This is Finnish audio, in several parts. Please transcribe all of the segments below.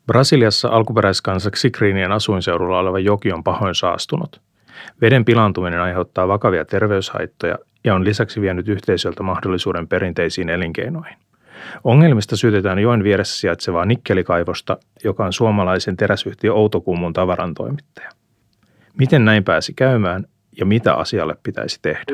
Brasiliassa alkuperäiskansa Xikrinien asuinseudulla oleva joki on pahoin saastunut. Veden pilaantuminen aiheuttaa vakavia terveyshaittoja ja on lisäksi vienyt yhteisöltä mahdollisuuden perinteisiin elinkeinoihin. Ongelmista syytetään joen vieressä sijaitsevaa nikkelikaivosta, joka on suomalaisen teräsyhtiö Outokummun tavarantoimittaja. Miten näin pääsi käymään ja mitä asialle pitäisi tehdä?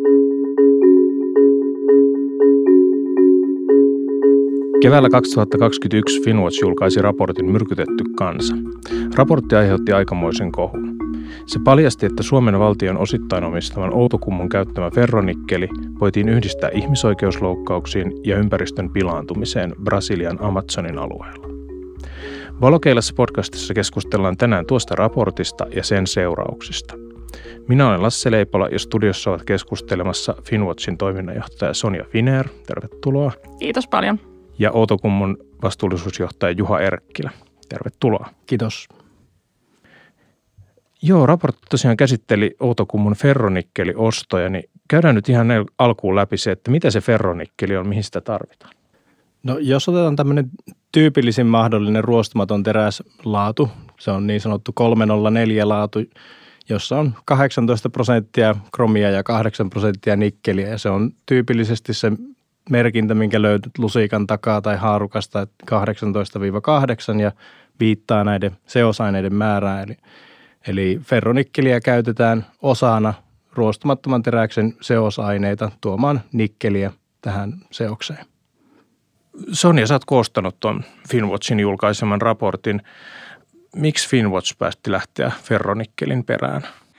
Keväällä 2021 Finnwatch julkaisi raportin Myrkytetty kansa. Raportti aiheutti aikamoisen kohun. Se paljasti, että Suomen valtion osittain omistaman Outokummun käyttämä ferronikkeli voitiin yhdistää ihmisoikeusloukkauksiin ja ympäristön pilaantumiseen Brasilian Amazonin alueella. Valokeilassa podcastissa keskustellaan tänään tuosta raportista ja sen seurauksista. Minä olen Lasse Leipola ja studiossa ovat keskustelemassa Finnwatchin toiminnanjohtaja Sonja Finnair. Tervetuloa. Kiitos paljon. Ja Outokummun vastuullisuusjohtaja Juha Erkkilä. Tervetuloa. Kiitos. Joo, raportti tosiaan käsitteli Outokummun ferronikkeliostoja, niin käydään nyt ihan alkuun läpi se, että mitä se ferronikkeli on, mihin sitä tarvitaan. No jos otetaan tämmöinen tyypillisin mahdollinen ruostumaton teräslaatu, se on niin sanottu 304 laatu, jossa on 18% kromia ja 8% nikkeliä ja se on tyypillisesti se merkintä, minkä löytyt lusikan takaa tai haarukasta 18-8 ja viittaa näiden seosaineiden määrään. Eli ferronikkeliä käytetään osana ruostumattoman teräksen seosaineita tuomaan nikkeliä tähän seokseen. Sonja, sä oot koostanut tuon Finnwatchin julkaiseman raportin. Miksi Finnwatch päätti lähteä ferronikkelin perään?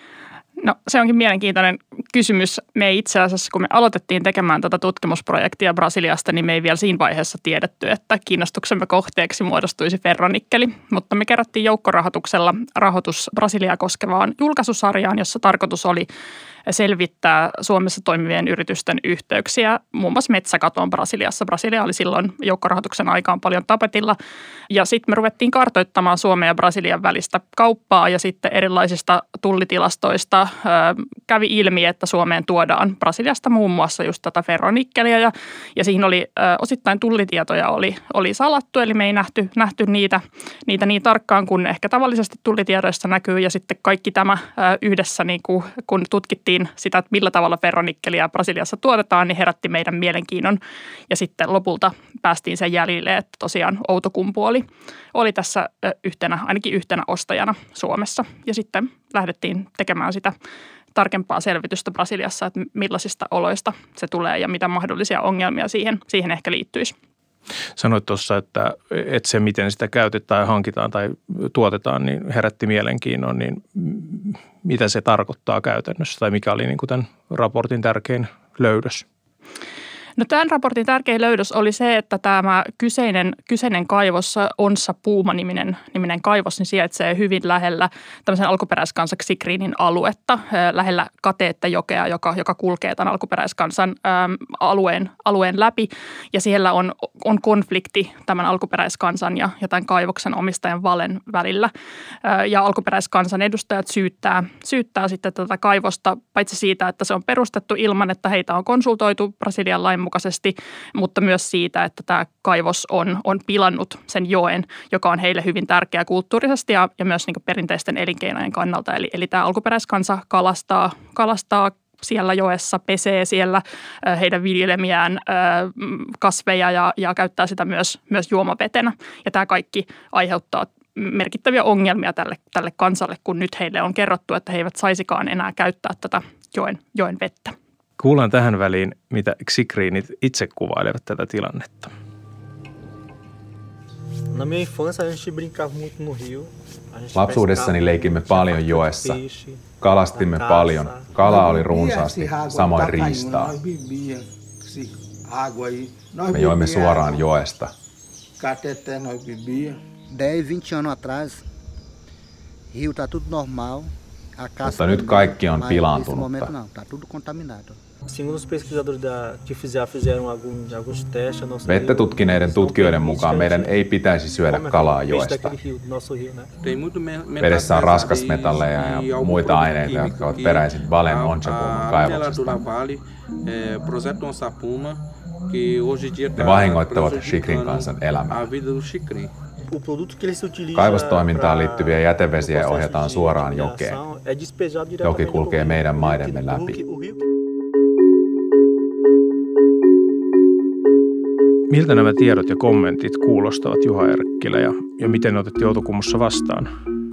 No se onkin mielenkiintoinen kysymys. Me itse asiassa, kun me aloitettiin tekemään tätä tutkimusprojektia Brasiliasta, niin me ei vielä siinä vaiheessa tiedetty, että kiinnostuksemme kohteeksi muodostuisi ferronikkeli. Mutta me kerättiin joukkorahoituksella rahoitus Brasiliaa koskevaan julkaisusarjaan, jossa tarkoitus oli selvittää Suomessa toimivien yritysten yhteyksiä muun muassa metsäkatoon Brasiliassa. Brasilia oli silloin joukkorahoituksen aikaan paljon tapetilla ja sitten me ruvettiin kartoittamaan Suomen ja Brasilian välistä kauppaa ja sitten erilaisista tullitilastoista kävi ilmi, että Suomeen tuodaan Brasiliasta muun muassa just tätä ferronikkeliä ja siihen oli osittain tullitietoja oli salattu, eli me ei nähty niitä niin tarkkaan kuin ehkä tavallisesti tullitiedoissa näkyy ja sitten kaikki tämä yhdessä niin kun tutkittiin sitä, että millä tavalla ferronikkeliä Brasiliassa tuotetaan, niin herätti meidän mielenkiinnon. Ja sitten lopulta päästiin sen jäljille, että tosiaan Outokumpu oli tässä ainakin yhtenä ostajana Suomessa. Ja sitten lähdettiin tekemään sitä tarkempaa selvitystä Brasiliassa, että millaisista oloista se tulee ja mitä mahdollisia ongelmia siihen ehkä liittyisi. Sanoit tuossa, että se miten sitä käytetään, hankitaan tai tuotetaan, niin herätti mielenkiinnon, niin mitä se tarkoittaa käytännössä tai mikä oli niin kuin tämän raportin tärkein löydös? No tämän raportin tärkein löydös oli se, että tämä kyseinen kaivos, Onssa Puma-niminen kaivos, niin sijaitsee hyvin lähellä tämmöisen alkuperäiskansa Xikrinin aluetta, lähellä Cateete-jokea, joka kulkee tämän alkuperäiskansan alueen läpi. Ja siellä on konflikti tämän alkuperäiskansan ja tämän kaivoksen omistajan Valen välillä. Ja alkuperäiskansan edustajat syyttää sitten tätä kaivosta, paitsi siitä, että se on perustettu ilman, että heitä on konsultoitu Brasilian lain mukaisesti, mutta myös siitä, että tämä kaivos on pilannut sen joen, joka on heille hyvin tärkeä kulttuurisesti ja myös niin kuin perinteisten elinkeinojen kannalta. Eli tämä alkuperäiskansa kalastaa siellä joessa, pesee siellä heidän viljelemiään kasveja ja käyttää sitä myös juomavetenä. Ja tämä kaikki aiheuttaa merkittäviä ongelmia tälle kansalle, kun nyt heille on kerrottu, että he eivät saisikaan enää käyttää tätä joen vettä. Kuullaan tähän väliin, mitä Xikrinit itse kuvailevat tätä tilannetta. Lapsuudessani leikimme paljon joessa. Kalastimme paljon. Kala oli runsaasti, samoin riistaa. Me joimme suoraan joesta. 10-20 anos atrás, rio tá tudo normal. Mutta nyt kaikki on pilaantunutta. Vettä tutkineiden tutkijoiden mukaan meidän ei pitäisi syödä kalaa joesta. Vedessä on raskasmetalleja ja muita aineita, jotka ovat peräisin Valen Onça-Puman kaivoksesta. Ne vahingoittavat Xikrin kansan elämää. Kaivostoimintaan liittyviä jätevesiä ohjataan suoraan jokeen. Joki kulkee meidän maidemme läpi. Miltä nämä tiedot ja kommentit kuulostavat Juha Erkkilä ja miten ne otettiin Outokummussa vastaan?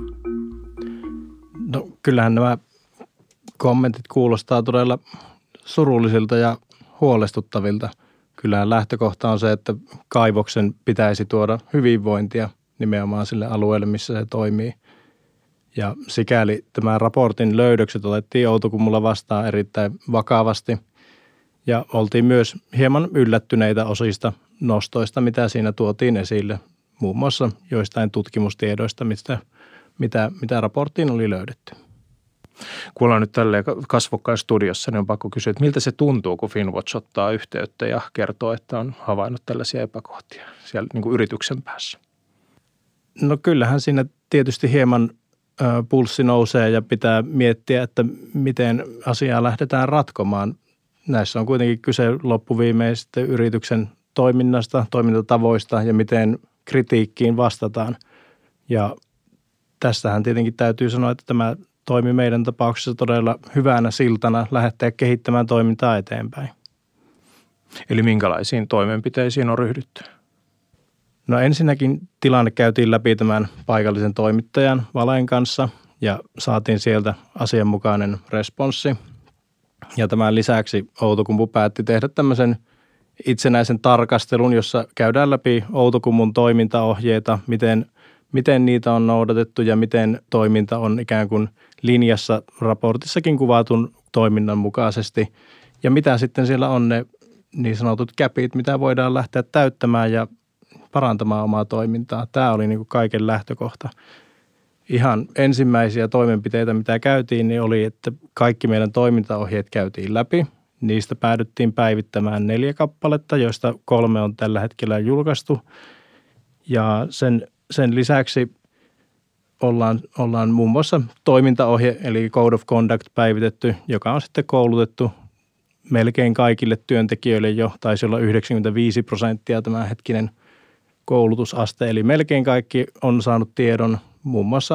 No kyllähän nämä kommentit kuulostaa todella surullisilta ja huolestuttavilta. Kyllähän lähtökohta on se, että kaivoksen pitäisi tuoda hyvinvointia nimenomaan sille alueelle, missä se toimii. Ja sikäli tämän raportin löydökset otettiin Outokummulla vastaan erittäin vakavasti. Ja oltiin myös hieman yllättyneitä osista nostoista, mitä siinä tuotiin esille. Muun muassa joistain tutkimustiedoista, mitä raporttiin oli löydetty. Kun ollaan nyt tälleen kasvokkain studiossa, niin on pakko kysyä, että miltä se tuntuu, kun Finnwatch ottaa yhteyttä ja kertoo, että on havainnut tällaisia epäkohtia siellä niin kuin yrityksen päässä? No kyllähän siinä tietysti hieman pulssi nousee ja pitää miettiä, että miten asiaa lähdetään ratkomaan. Näissä on kuitenkin kyse loppuviimeisesti yrityksen toiminnasta, toimintatavoista ja miten kritiikkiin vastataan. Ja tästähän tietenkin täytyy sanoa, että tämä toimi meidän tapauksessa todella hyvänä siltana lähteä kehittämään toimintaa eteenpäin. Eli minkälaisiin toimenpiteisiin on ryhdytty? No ensinnäkin tilanne käytiin läpi tämän paikallisen toimittajan Valen kanssa ja saatiin sieltä asianmukainen responssi. Ja tämän lisäksi Outokumpu päätti tehdä tämmöisen itsenäisen tarkastelun, jossa käydään läpi Outokummun toimintaohjeita, miten niitä on noudatettu ja miten toiminta on ikään kuin linjassa raportissakin kuvatun toiminnan mukaisesti. Ja mitä sitten siellä on ne niin sanotut käpit, mitä voidaan lähteä täyttämään ja parantamaan omaa toimintaa. Tämä oli niin kuin kaiken lähtökohta. Ihan ensimmäisiä toimenpiteitä, mitä käytiin, niin oli, että kaikki meidän toimintaohjeet käytiin läpi. Niistä päädyttiin päivittämään 4 kappaletta, joista 3 on tällä hetkellä julkaistu. Ja sen lisäksi ollaan muun muassa toimintaohje, eli Code of Conduct päivitetty, joka on sitten koulutettu melkein kaikille työntekijöille jo, taisi olla 95% tämänhetkinen koulutusaste, eli melkein kaikki on saanut tiedon. Muun muassa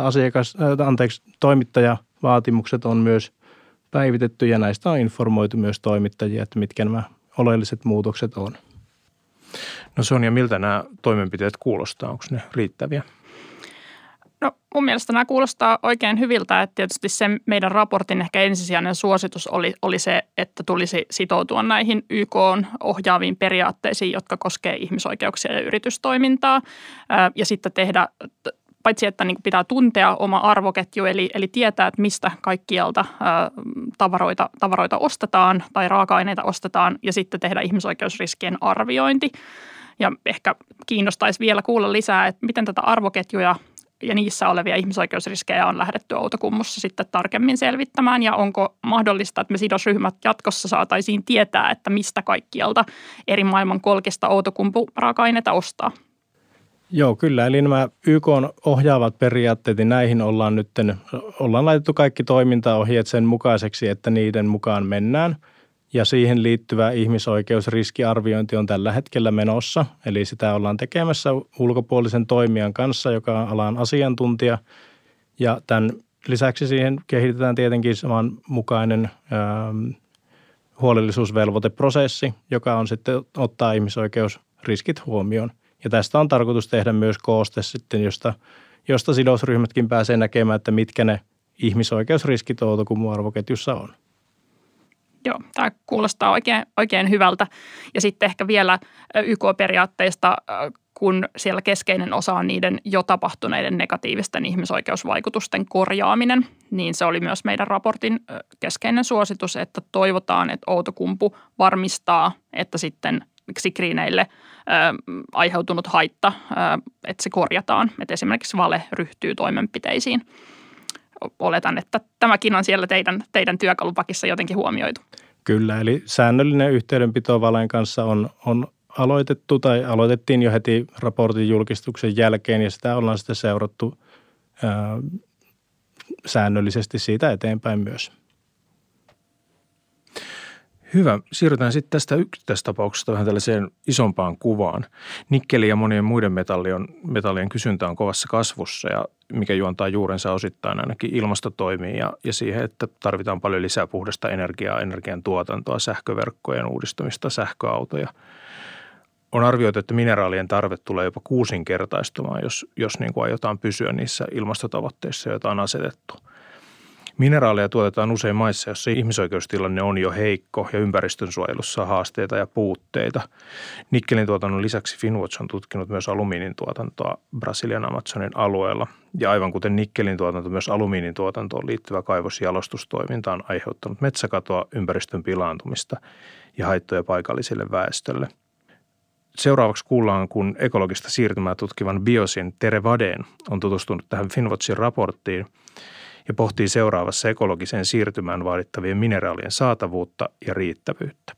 toimittajavaatimukset on myös päivitetty ja näistä on informoitu myös toimittajia, että mitkä nämä oleelliset muutokset on. No Sonja, miltä nämä toimenpiteet kuulostaa? Onko ne riittäviä? No mun mielestä nämä kuulostaa oikein hyviltä, että tietysti se meidän raportin ehkä ensisijainen suositus oli se, että tulisi sitoutua näihin YK:n ohjaaviin periaatteisiin, jotka koskee ihmisoikeuksia ja yritystoimintaa ja sitten tehdä paitsi että niin pitää tuntea oma arvoketju, eli tietää, että mistä kaikkialta tavaroita ostetaan tai raaka-aineita ostetaan ja sitten tehdä ihmisoikeusriskien arviointi. Ja ehkä kiinnostaisi vielä kuulla lisää, että miten tätä arvoketjuja ja niissä olevia ihmisoikeusriskejä on lähdetty Outokummussa sitten tarkemmin selvittämään ja onko mahdollista, että me sidosryhmät jatkossa saataisiin tietää, että mistä kaikkialta eri maailman kolkista Outokumpu raaka-aineita ostaa. Joo, kyllä. Eli nämä YK:n ohjaavat periaatteet, niin näihin ollaan laitettu kaikki toimintaohjeet sen mukaiseksi, että niiden mukaan mennään. Ja siihen liittyvä ihmisoikeusriskiarviointi on tällä hetkellä menossa. Eli sitä ollaan tekemässä ulkopuolisen toimijan kanssa, joka on alan asiantuntija. Ja tämän lisäksi siihen kehitetään tietenkin samanmukainen huolellisuusvelvoiteprosessi, joka on sitten ottaa ihmisoikeusriskit huomioon. Ja tästä on tarkoitus tehdä myös kooste sitten, josta sidosryhmätkin pääsee näkemään, että mitkä ne ihmisoikeusriskit Outokummun arvoketjussa on. Joo, tämä kuulostaa oikein hyvältä. Ja sitten ehkä vielä YK-periaatteista, kun siellä keskeinen osa on niiden jo tapahtuneiden negatiivisten ihmisoikeusvaikutusten korjaaminen, niin se oli myös meidän raportin keskeinen suositus, että toivotaan, että Outokumpu varmistaa, että sitten Sigriineille aiheutunut haitta, että se korjataan, että esimerkiksi Vale ryhtyy toimenpiteisiin. Oletan, että tämäkin on siellä teidän työkalupakissa jotenkin huomioitu. Kyllä, eli säännöllinen yhteydenpito Valen kanssa on aloitettu tai aloitettiin jo heti raportin julkistuksen jälkeen ja sitä ollaan sitten seurattu säännöllisesti siitä eteenpäin myös. Hyvä. Siirrytään sitten tästä yksittäistapauksesta vähän tällaiseen isompaan kuvaan. Nikkelin ja monien muiden metallien kysyntä on kovassa kasvussa ja mikä juontaa juurensa osittain ainakin ilmastotoimiin ja siihen, että tarvitaan paljon lisää puhdasta energiaa, energiantuotantoa, sähköverkkojen uudistumista, sähköautoja. On arvioitu, että mineraalien tarve tulee jopa 6-kertaistumaan, jos niin kuin aiotaan pysyä niissä ilmastotavoitteissa, joita on asetettu. Mineraaleja tuotetaan usein maissa, joissa ihmisoikeustilanne on jo heikko ja ympäristönsuojelussa haasteita ja puutteita. Nikkelin tuotannon lisäksi Finnwatch on tutkinut myös alumiinin tuotantoa Brasilian Amazonin alueella. Ja aivan kuten nikkelin tuotanto, myös alumiinin tuotantoon liittyvä kaivosjalostustoiminta on aiheuttanut metsäkatoa, ympäristön pilaantumista ja haittoja paikalliselle väestölle. Seuraavaksi kuullaan, kun ekologista siirtymää tutkivan Biosin Tere Wadén on tutustunut tähän Finnwatchin raporttiin ja pohtii seuraavassa ekologiseen siirtymään vaadittavien mineraalien saatavuutta ja riittävyyttä.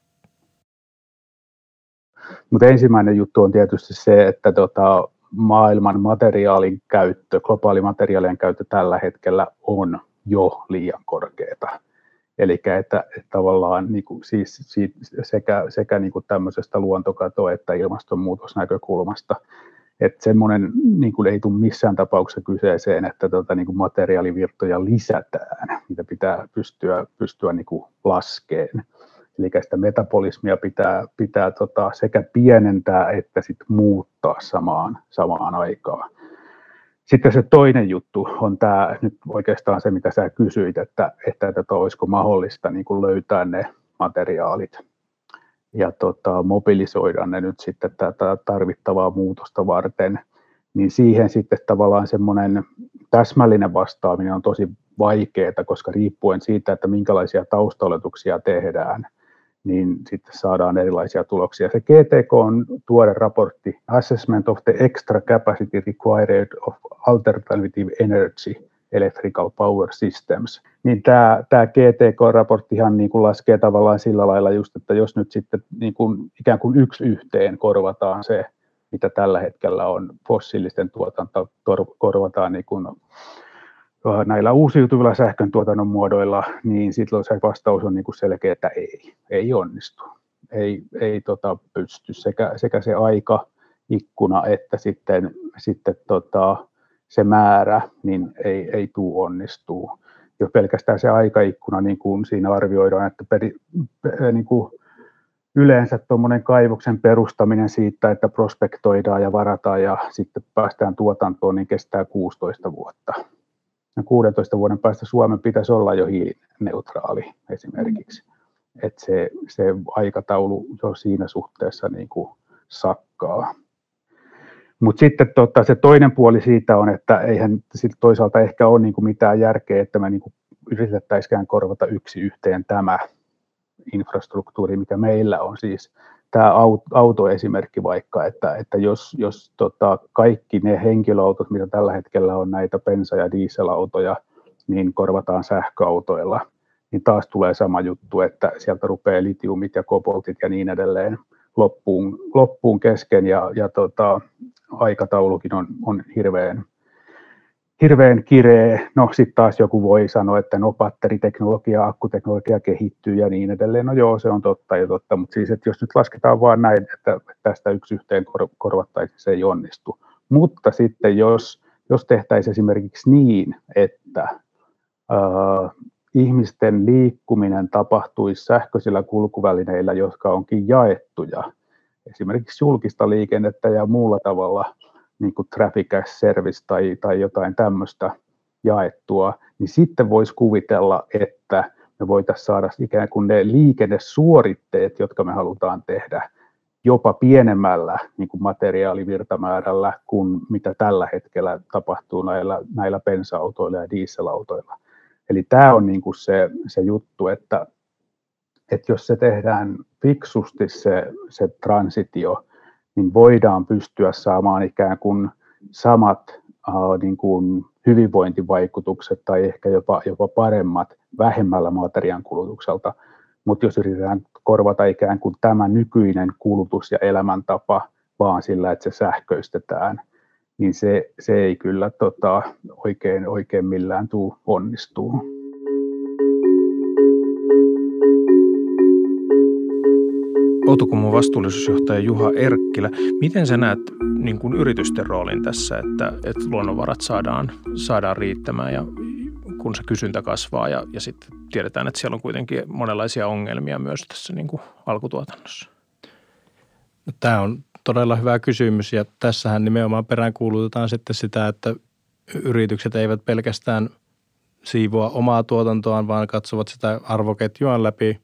Mutta ensimmäinen juttu on tietysti se, että maailman materiaalin käyttö, globaali materiaalien käyttö tällä hetkellä on jo liian korkeata. Eli että tavallaan niinku, siis sekä niinku tämmöisestä luontokatoa että ilmastonmuutosnäkökulmasta. Että semmoinen niin ei tule missään tapauksessa kyseeseen, että niin materiaalivirtoja lisätään, mitä pitää pystyä niin laskemaan. Eli sitä metabolismia pitää sekä pienentää että sit muuttaa samaan aikaan. Sitten se toinen juttu on tämä nyt oikeastaan se, mitä sä kysyit, että olisiko mahdollista niin löytää ne materiaalit ja mobilisoida ne nyt sitten tätä tarvittavaa muutosta varten, niin siihen sitten tavallaan semmoinen täsmällinen vastaaminen on tosi vaikeaa, koska riippuen siitä, että minkälaisia taustaoletuksia tehdään, niin sitten saadaan erilaisia tuloksia. Se GTK on tuore raportti Assessment of the Extra Capacity Required of Alternative Energy Electrical Power Systems, niin tämä GTK-raporttihan niin kuin laskee tavallaan sillä lailla just, että jos nyt sitten niin kuin ikään kuin yksi yhteen korvataan se, mitä tällä hetkellä on fossiilisten tuotanto, korvataan niin kuin näillä uusiutuvilla sähköntuotannon muodoilla, niin sitten se vastaus on niin kuin selkeä, että ei onnistu. Ei pysty sekä se aikaikkuna että sitten se määrä niin ei tule onnistuu. Jo pelkästään se aikaikkuna, niin kuin siinä arvioidaan, että niin kuin yleensä tuommoinen kaivoksen perustaminen siitä, että prospektoidaan ja varataan ja sitten päästään tuotantoon, niin kestää 16 vuotta. Ja 16 vuoden päästä Suomen pitäisi olla jo hiilineutraali esimerkiksi. Että se aikataulu jo siinä suhteessa niin kuin sakkaa. Mutta sitten se toinen puoli siitä on, että eihän sit toisaalta ehkä ole niinku mitään järkeä, että me niinku yritettäisikään korvata yksi yhteen tämä infrastruktuuri, mikä meillä on. Siis tämä autoesimerkki vaikka, että jos kaikki ne henkilöautot, mitä tällä hetkellä on näitä bensa- ja dieselautoja, niin korvataan sähköautoilla, niin taas tulee sama juttu, että sieltä rupeaa litiumit ja koboltit ja niin edelleen loppuun kesken ja aikataulukin on hirveän kireä. No sitten taas joku voi sanoa, että no batteriteknologia, akkuteknologia kehittyy ja niin edelleen. No joo, se on totta, mutta siis että jos nyt lasketaan vaan näin, että tästä yksi yhteen korvattaisiin, se ei onnistu. Mutta sitten jos tehtäisiin esimerkiksi niin, että ihmisten liikkuminen tapahtuisi sähköisillä kulkuvälineillä, jotka onkin jaettuja, esimerkiksi julkista liikennettä ja muulla tavalla, niin kuin traffic as service tai jotain tämmöistä jaettua, niin sitten voisi kuvitella, että me voitaisiin saada ikään kuin ne liikennesuoritteet, jotka me halutaan tehdä, jopa pienemmällä niin kuin materiaalivirtamäärällä kuin mitä tällä hetkellä tapahtuu näillä bensa-autoilla ja dieselautoilla. Eli tämä on niin kuin se juttu, että jos se tehdään fiksusti se transitio, niin voidaan pystyä saamaan ikään kuin samat niin kuin hyvinvointivaikutukset tai ehkä jopa paremmat vähemmällä materiaan kulutukselta. Mutta jos yritetään korvata ikään kuin tämä nykyinen kulutus ja elämäntapa vaan sillä, että se sähköistetään, niin se ei kyllä oikein millään onnistuu. Outokummun vastuullisuusjohtaja Juha Erkkilä, miten sä näet niin kuin yritysten roolin tässä, että luonnonvarat saadaan riittämään ja kun se kysyntä kasvaa ja sitten tiedetään, että siellä on kuitenkin monenlaisia ongelmia myös tässä niin kuin alkutuotannossa? No, tämä on todella hyvä kysymys ja tässähän nimenomaan peräänkuulutetaan sitten sitä, että yritykset eivät pelkästään siivoa omaa tuotantoaan, vaan katsovat sitä arvoketjua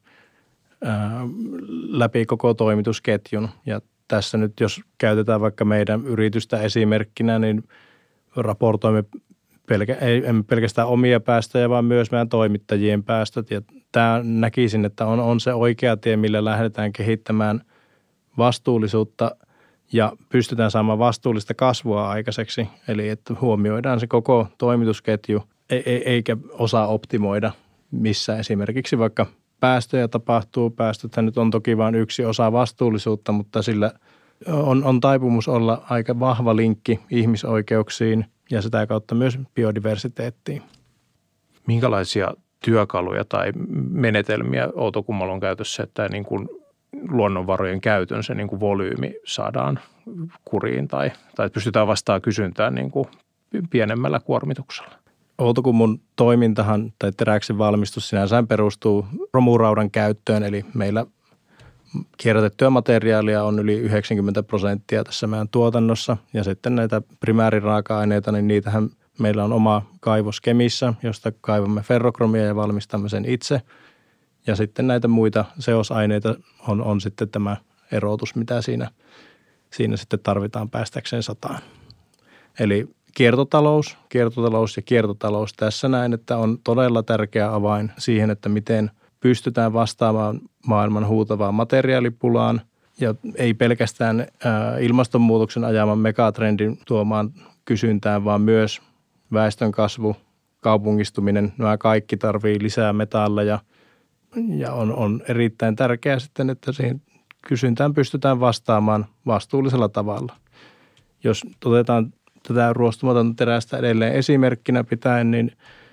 läpi koko toimitusketjun. Ja tässä nyt, jos käytetään vaikka meidän yritystä esimerkkinä, niin raportoimme emme pelkästään omia päästöjä, vaan myös meidän toimittajien päästöt. Ja tämä näkisin, että on se oikea tie, millä lähdetään kehittämään vastuullisuutta ja pystytään saamaan vastuullista kasvua aikaiseksi. Eli että huomioidaan se koko toimitusketju, eikä osaa optimoida, missä esimerkiksi vaikka päästöjä tapahtuu. Päästöthän nyt on toki vain yksi osa vastuullisuutta, mutta sillä on taipumus olla aika vahva linkki ihmisoikeuksiin ja sitä kautta myös biodiversiteettiin. Minkälaisia työkaluja tai menetelmiä Outokummalla on käytössä, että niin kuin luonnonvarojen käytön se niin kuin volyymi saadaan kuriin tai pystytään vastaamaan kysyntään niin kuin pienemmällä kuormituksella? Outokummun toimintahan tai teräksen valmistus sinänsä perustuu romuraudan käyttöön, eli meillä kierrätettyä materiaalia on yli 90% tässä meidän tuotannossa ja sitten näitä primääriraaka-aineita, niin niitähän meillä on oma kaivos Kemissä, josta kaivamme ferrokromia ja valmistamme sen itse. Ja sitten näitä muita seosaineita on sitten tämä erotus, mitä siinä sitten tarvitaan päästäkseen 100. Eli kiertotalous ja kiertotalous tässä näin, että on todella tärkeä avain siihen, että miten pystytään vastaamaan maailman huutavaan materiaalipulaan ja ei pelkästään ilmastonmuutoksen ajaman megatrendin tuomaan kysyntään, vaan myös väestönkasvu, kaupungistuminen, nämä kaikki tarvii lisää metalleja ja on erittäin tärkeää sitten, että siihen kysyntään pystytään vastaamaan vastuullisella tavalla. Jos otetaan tätä ruostumatonta terästä edelleen esimerkkinä pitäen, niin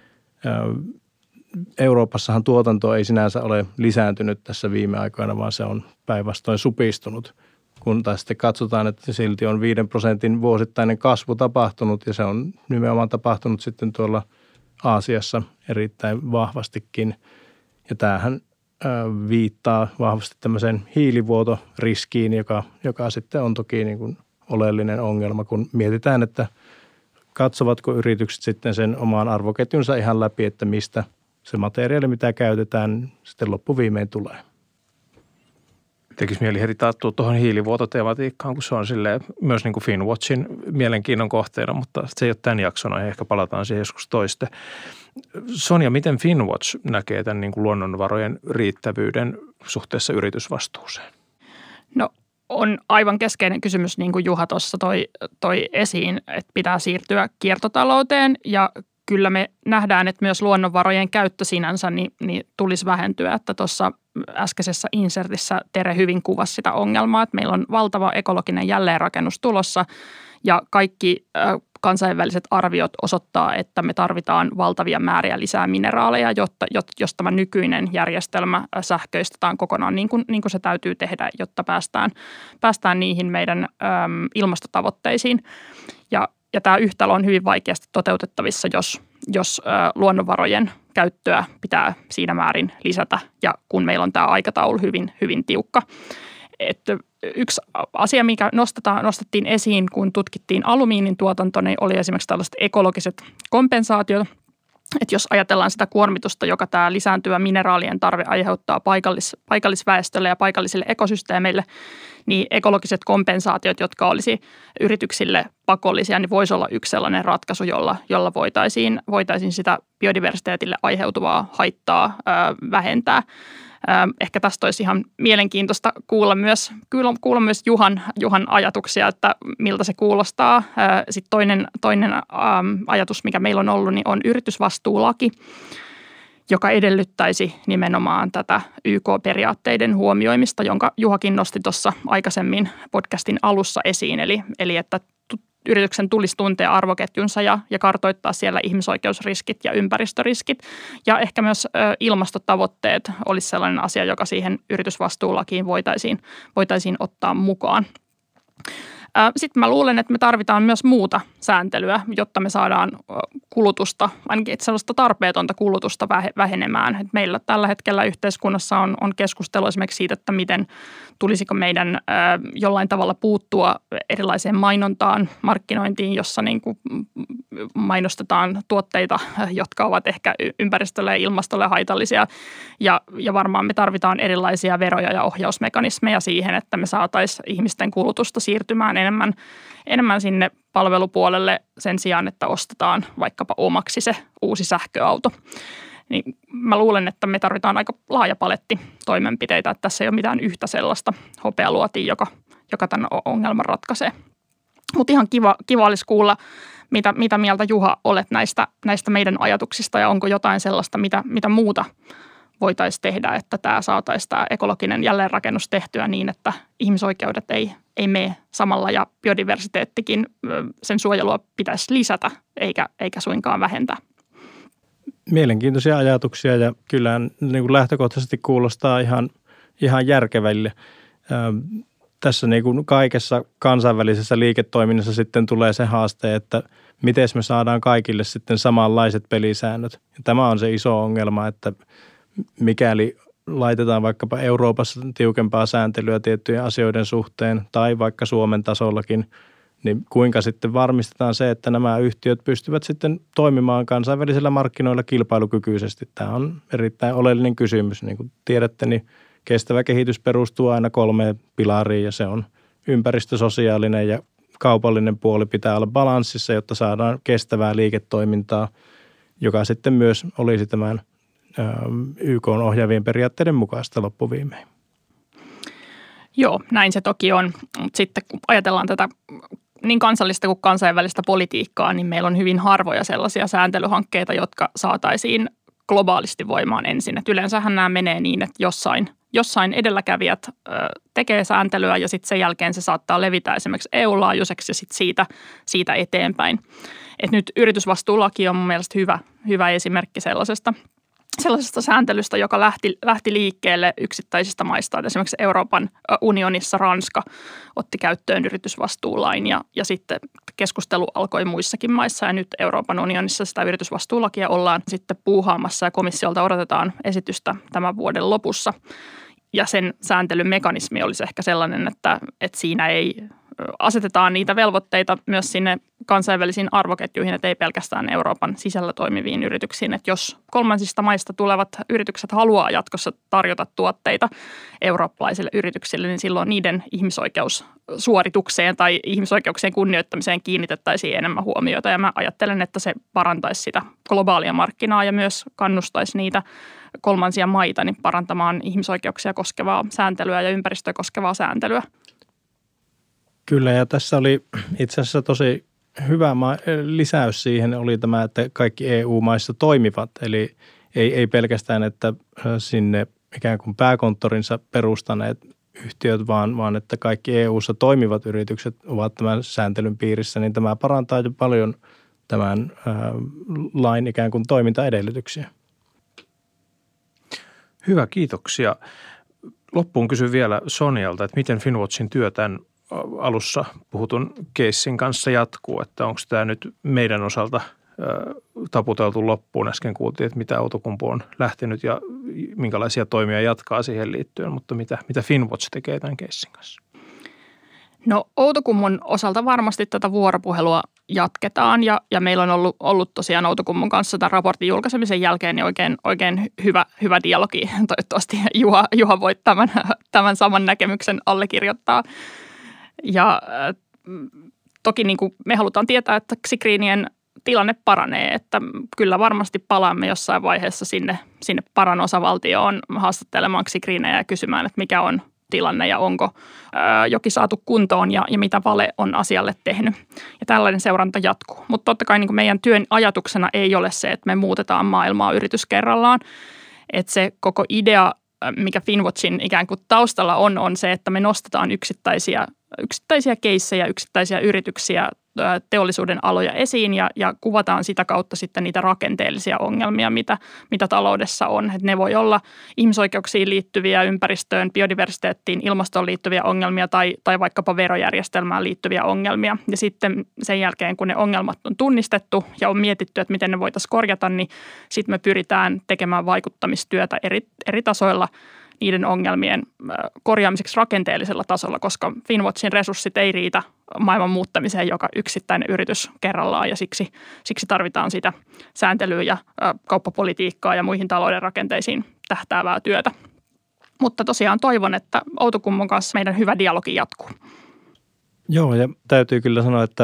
Euroopassahan tuotanto ei sinänsä ole lisääntynyt tässä viime aikoina, vaan se on päinvastoin supistunut. Kun taas sitten katsotaan, että silti on 5% vuosittainen kasvu tapahtunut ja se on nimenomaan tapahtunut sitten tuolla Aasiassa erittäin vahvastikin. Ja tämähän viittaa vahvasti tämmöiseen hiilivuotoriskiin, joka sitten on toki niin kuin oleellinen ongelma, kun mietitään, että katsovatko yritykset sitten sen oman arvoketjunsa ihan läpi, että mistä se materiaali, mitä käytetään, sitten loppuviimein tulee. Tekisi mieli heti tarttua tuohon hiilivuototematiikkaan, kun se on myös niin kuin Finnwatchin mielenkiinnon kohteena, mutta se ei ole tämän jakson aihe, ehkä palataan siihen joskus toiste. Sonja, miten Finnwatch näkee tämän niin kuin luonnonvarojen riittävyyden suhteessa yritysvastuuseen? No on aivan keskeinen kysymys, niin kuin Juha tuossa toi esiin, että pitää siirtyä kiertotalouteen ja kyllä me nähdään, että myös luonnonvarojen käyttö sinänsä niin tulisi vähentyä, että tuossa äskeisessä insertissä Tere hyvin kuvasi sitä ongelmaa, että meillä on valtava ekologinen jälleenrakennus tulossa ja kaikki kansainväliset arviot osoittaa, että me tarvitaan valtavia määriä lisää mineraaleja, jos tämä nykyinen järjestelmä sähköistetään kokonaan niin kuin se täytyy tehdä, jotta päästään niihin meidän ilmastotavoitteisiin. Ja tämä yhtälö on hyvin vaikeasti toteutettavissa, jos luonnonvarojen käyttöä pitää siinä määrin lisätä ja kun meillä on tämä aikataulu hyvin, hyvin tiukka. Että yksi asia, mikä nostettiin esiin, kun tutkittiin alumiinin tuotanto, niin oli esimerkiksi tällaiset ekologiset kompensaatiot. Että jos ajatellaan sitä kuormitusta, joka tämä lisääntyvä mineraalien tarve aiheuttaa paikallisväestölle ja paikallisille ekosysteemeille, niin ekologiset kompensaatiot, jotka olisi yrityksille pakollisia, niin voisi olla yksi sellainen ratkaisu, jolla voitaisiin sitä biodiversiteetille aiheutuvaa haittaa vähentää. Ehkä tästä olisi ihan mielenkiintoista kuulla myös Juhan ajatuksia, että miltä se kuulostaa. Sitten toinen ajatus, mikä meillä on ollut, niin on yritysvastuulaki, joka edellyttäisi nimenomaan tätä YK-periaatteiden huomioimista, jonka Juhakin nosti tuossa aikaisemmin podcastin alussa esiin. Eli että yrityksen tulisi tuntea arvoketjunsa ja kartoittaa siellä ihmisoikeusriskit ja ympäristöriskit. Ja ehkä myös ilmastotavoitteet olisi sellainen asia, joka siihen yritysvastuulakiin voitaisiin ottaa mukaan. Sitten mä luulen, että me tarvitaan myös muuta sääntelyä, jotta me saadaan kulutusta, ainakin sellaista tarpeetonta kulutusta vähenemään. Et meillä tällä hetkellä yhteiskunnassa on keskustelu esimerkiksi siitä, että miten tulisiko meidän jollain tavalla puuttua erilaiseen mainontaan, markkinointiin, jossa niin kuin mainostetaan tuotteita, jotka ovat ehkä ympäristölle ja ilmastolle haitallisia. Ja varmaan me tarvitaan erilaisia veroja ja ohjausmekanismeja siihen, että me saataisiin ihmisten kulutusta siirtymään enemmän sinne palvelupuolelle sen sijaan, että ostetaan vaikkapa omaksi se uusi sähköauto. Niin mä luulen, että me tarvitaan aika laaja paletti toimenpiteitä, että tässä ei ole mitään yhtä sellaista hopealuotia, joka tämän ongelman ratkaisee. Mutta ihan kiva olisi kuulla, mitä mieltä Juha olet näistä meidän ajatuksista ja onko jotain sellaista, mitä muuta voitaisiin tehdä, että tämä saataisiin tämä ekologinen jälleenrakennus tehtyä niin, että ihmisoikeudet ei mene samalla ja biodiversiteettikin, sen suojelua pitäisi lisätä eikä suinkaan vähentää. Mielenkiintoisia ajatuksia ja kyllä niin kuin lähtökohtaisesti kuulostaa ihan järkeville. Tässä niin kuin kaikessa kansainvälisessä liiketoiminnassa sitten tulee se haaste, että miten me saadaan kaikille sitten samanlaiset pelisäännöt. Ja tämä on se iso ongelma, että mikäli laitetaan vaikkapa Euroopassa tiukempaa sääntelyä tiettyjen asioiden suhteen tai vaikka Suomen tasollakin, niin kuinka sitten varmistetaan se, että nämä yhtiöt pystyvät sitten toimimaan kansainvälisillä markkinoilla kilpailukykyisesti. Tämä on erittäin oleellinen kysymys. Niin kuin tiedätte, niin kestävä kehitys perustuu aina 3 pilariin ja se on ympäristö, sosiaalinen ja kaupallinen puoli pitää olla balanssissa, jotta saadaan kestävää liiketoimintaa, joka sitten myös olisi tämän YK:n ohjaavien periaatteiden mukaista loppuviimein. Joo, näin se toki on. Mutta sitten kun ajatellaan tätä niin kansallista kuin kansainvälistä politiikkaa, niin meillä on hyvin harvoja sellaisia sääntelyhankkeita, jotka saataisiin globaalisti voimaan ensin. Et yleensähän nämä menee niin, että jossain edelläkävijät tekee sääntelyä ja sitten sen jälkeen se saattaa levitä esimerkiksi EU-laajuiseksi ja sitten siitä eteenpäin. Et nyt yritysvastuulaki on mun mielestä hyvä esimerkki sellaisesta sääntelystä, joka lähti liikkeelle yksittäisistä maista. Esimerkiksi Euroopan unionissa Ranska otti käyttöön yritysvastuulain ja sitten keskustelu alkoi muissakin maissa ja nyt Euroopan unionissa sitä yritysvastuulakia ollaan sitten puuhaamassa ja komissiolta odotetaan esitystä tämän vuoden lopussa. Ja sen sääntelymekanismi olisi ehkä sellainen, että siinä ei asetetaan niitä velvoitteita myös sinne kansainvälisiin arvoketjuihin, että ei pelkästään Euroopan sisällä toimiviin yrityksiin. Että jos kolmansista maista tulevat yritykset haluaa jatkossa tarjota tuotteita eurooppalaisille yrityksille, niin silloin niiden ihmisoikeussuoritukseen tai ihmisoikeuksien kunnioittamiseen kiinnitettäisiin enemmän huomiota. Ja mä ajattelen, että se parantaisi sitä globaalia markkinaa ja myös kannustaisi niitä kolmansia maita niin parantamaan ihmisoikeuksia koskevaa sääntelyä ja ympäristöä koskevaa sääntelyä. Kyllä, ja tässä oli itse asiassa tosi hyvä lisäys siihen oli tämä, että kaikki EU-maissa toimivat. Eli ei pelkästään, että sinne ikään kuin pääkonttorinsa perustaneet yhtiöt, vaan että kaikki EU-ssa toimivat yritykset ovat tämän sääntelyn piirissä, niin tämä parantaa jo paljon tämän lain ikään kuin toimintaedellytyksiä. Hyvä, kiitoksia. Loppuun kysyn vielä Sonjalta, että miten Finnwatchin työ tämän alussa puhutun keissin kanssa jatkuu, että onko tämä nyt meidän osalta taputeltu loppuun. Äsken kuultiin, että mitä Outokumpu on lähtenyt ja minkälaisia toimia jatkaa siihen liittyen, mutta mitä Finnwatch tekee tämän keissin kanssa? No Outokummun osalta varmasti tätä vuoropuhelua jatketaan ja meillä on ollut tosiaan Outokummun kanssa tämän raportin julkaisemisen jälkeen niin oikein hyvä dialogi. Toivottavasti Juha voit tämän saman näkemyksen allekirjoittaa. Ja toki niin kuin me halutaan tietää, että Xigriinien tilanne paranee, että kyllä varmasti palaamme jossain vaiheessa sinne paran osavaltioon haastattelemaan Xigriinejä ja kysymään, että mikä on tilanne ja onko joki saatu kuntoon ja mitä Vale on asialle tehnyt. Ja tällainen seuranta jatkuu. Mutta totta kai niin kuin meidän työn ajatuksena ei ole se, että me muutetaan maailmaa yritys kerrallaan. Että se koko idea, mikä Finnwatchin ikään kuin taustalla on se, että me nostetaan yksittäisiä yksittäisiä keissejä, yksittäisiä yrityksiä, teollisuuden aloja esiin ja kuvataan sitä kautta sitten niitä rakenteellisia ongelmia, mitä taloudessa on. Et ne voi olla ihmisoikeuksiin liittyviä, ympäristöön, biodiversiteettiin, ilmastoon liittyviä ongelmia tai vaikkapa verojärjestelmään liittyviä ongelmia. Ja sitten sen jälkeen, kun ne ongelmat on tunnistettu ja on mietitty, että miten ne voitaisiin korjata, niin sitten me pyritään tekemään vaikuttamistyötä eri tasoilla niiden ongelmien korjaamiseksi rakenteellisella tasolla, koska Finnwatchin resurssit ei riitä maailman muuttamiseen joka yksittäinen yritys kerrallaan ja siksi tarvitaan sitä sääntelyä ja kauppapolitiikkaa ja muihin talouden rakenteisiin tähtäävää työtä. Mutta tosiaan toivon, että Outokummon kanssa meidän hyvä dialogi jatkuu. Joo, ja täytyy kyllä sanoa, että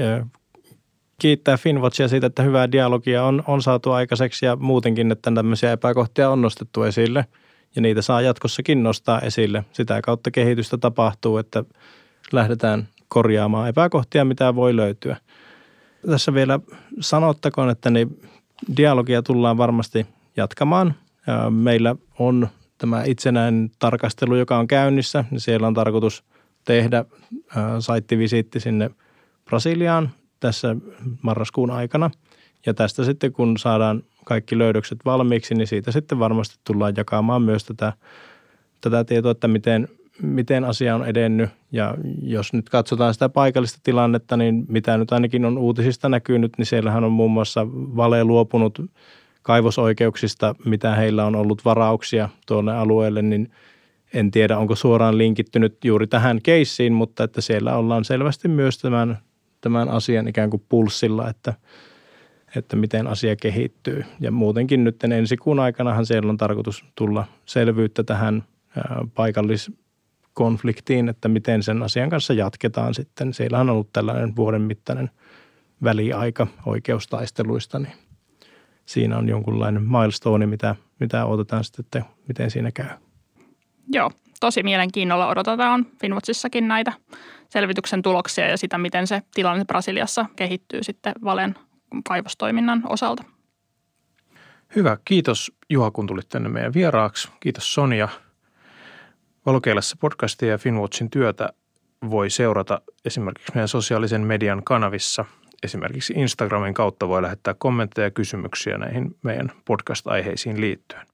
kiittää Finnwatchia siitä, että hyvää dialogia on saatu aikaiseksi ja muutenkin, että tämmöisiä epäkohtia on nostettu esille. Ja niitä saa jatkossakin nostaa esille. Sitä kautta kehitystä tapahtuu, että lähdetään korjaamaan epäkohtia, mitä voi löytyä. Tässä vielä sanottakoon, että dialogia tullaan varmasti jatkamaan. Meillä on tämä itsenäinen tarkastelu, joka on käynnissä. Siellä on tarkoitus tehdä saittivisiitti sinne Brasiliaan tässä marraskuun aikana. Ja tästä sitten, kun saadaan kaikki löydökset valmiiksi, niin siitä sitten varmasti tullaan jakamaan myös tätä tietoa, että miten asia on edennyt. Ja jos nyt katsotaan sitä paikallista tilannetta, niin mitä nyt ainakin on uutisista näkynyt, niin siellähän on muun muassa Vale luopunut kaivosoikeuksista, mitä heillä on ollut varauksia tuonne alueelle, niin en tiedä, onko suoraan linkittynyt juuri tähän keissiin, mutta että siellä ollaan selvästi myös tämän asian ikään kuin pulssilla, että miten asia kehittyy. Ja muutenkin nyt ensi kuun aikanahan siellä on tarkoitus tulla selvyyttä tähän paikalliskonfliktiin, että miten sen asian kanssa jatketaan sitten. Siellä on ollut tällainen vuoden mittainen väliaika oikeustaisteluista, niin siinä on jonkunlainen milestone, mitä odotetaan sitten, että miten siinä käy. Joo, tosi mielenkiinnolla odotetaan Finnwatchissakin näitä selvityksen tuloksia ja sitä, miten se tilanne Brasiliassa kehittyy sitten Valen kaivostoiminnan osalta. Hyvä. Kiitos Juha, kun tulit tänne meidän vieraaksi. Kiitos Sonja. Valokeilassa podcastia ja Finnwatchin työtä voi seurata esimerkiksi meidän sosiaalisen median kanavissa. Esimerkiksi Instagramin kautta voi lähettää kommentteja ja kysymyksiä näihin meidän podcast-aiheisiin liittyen.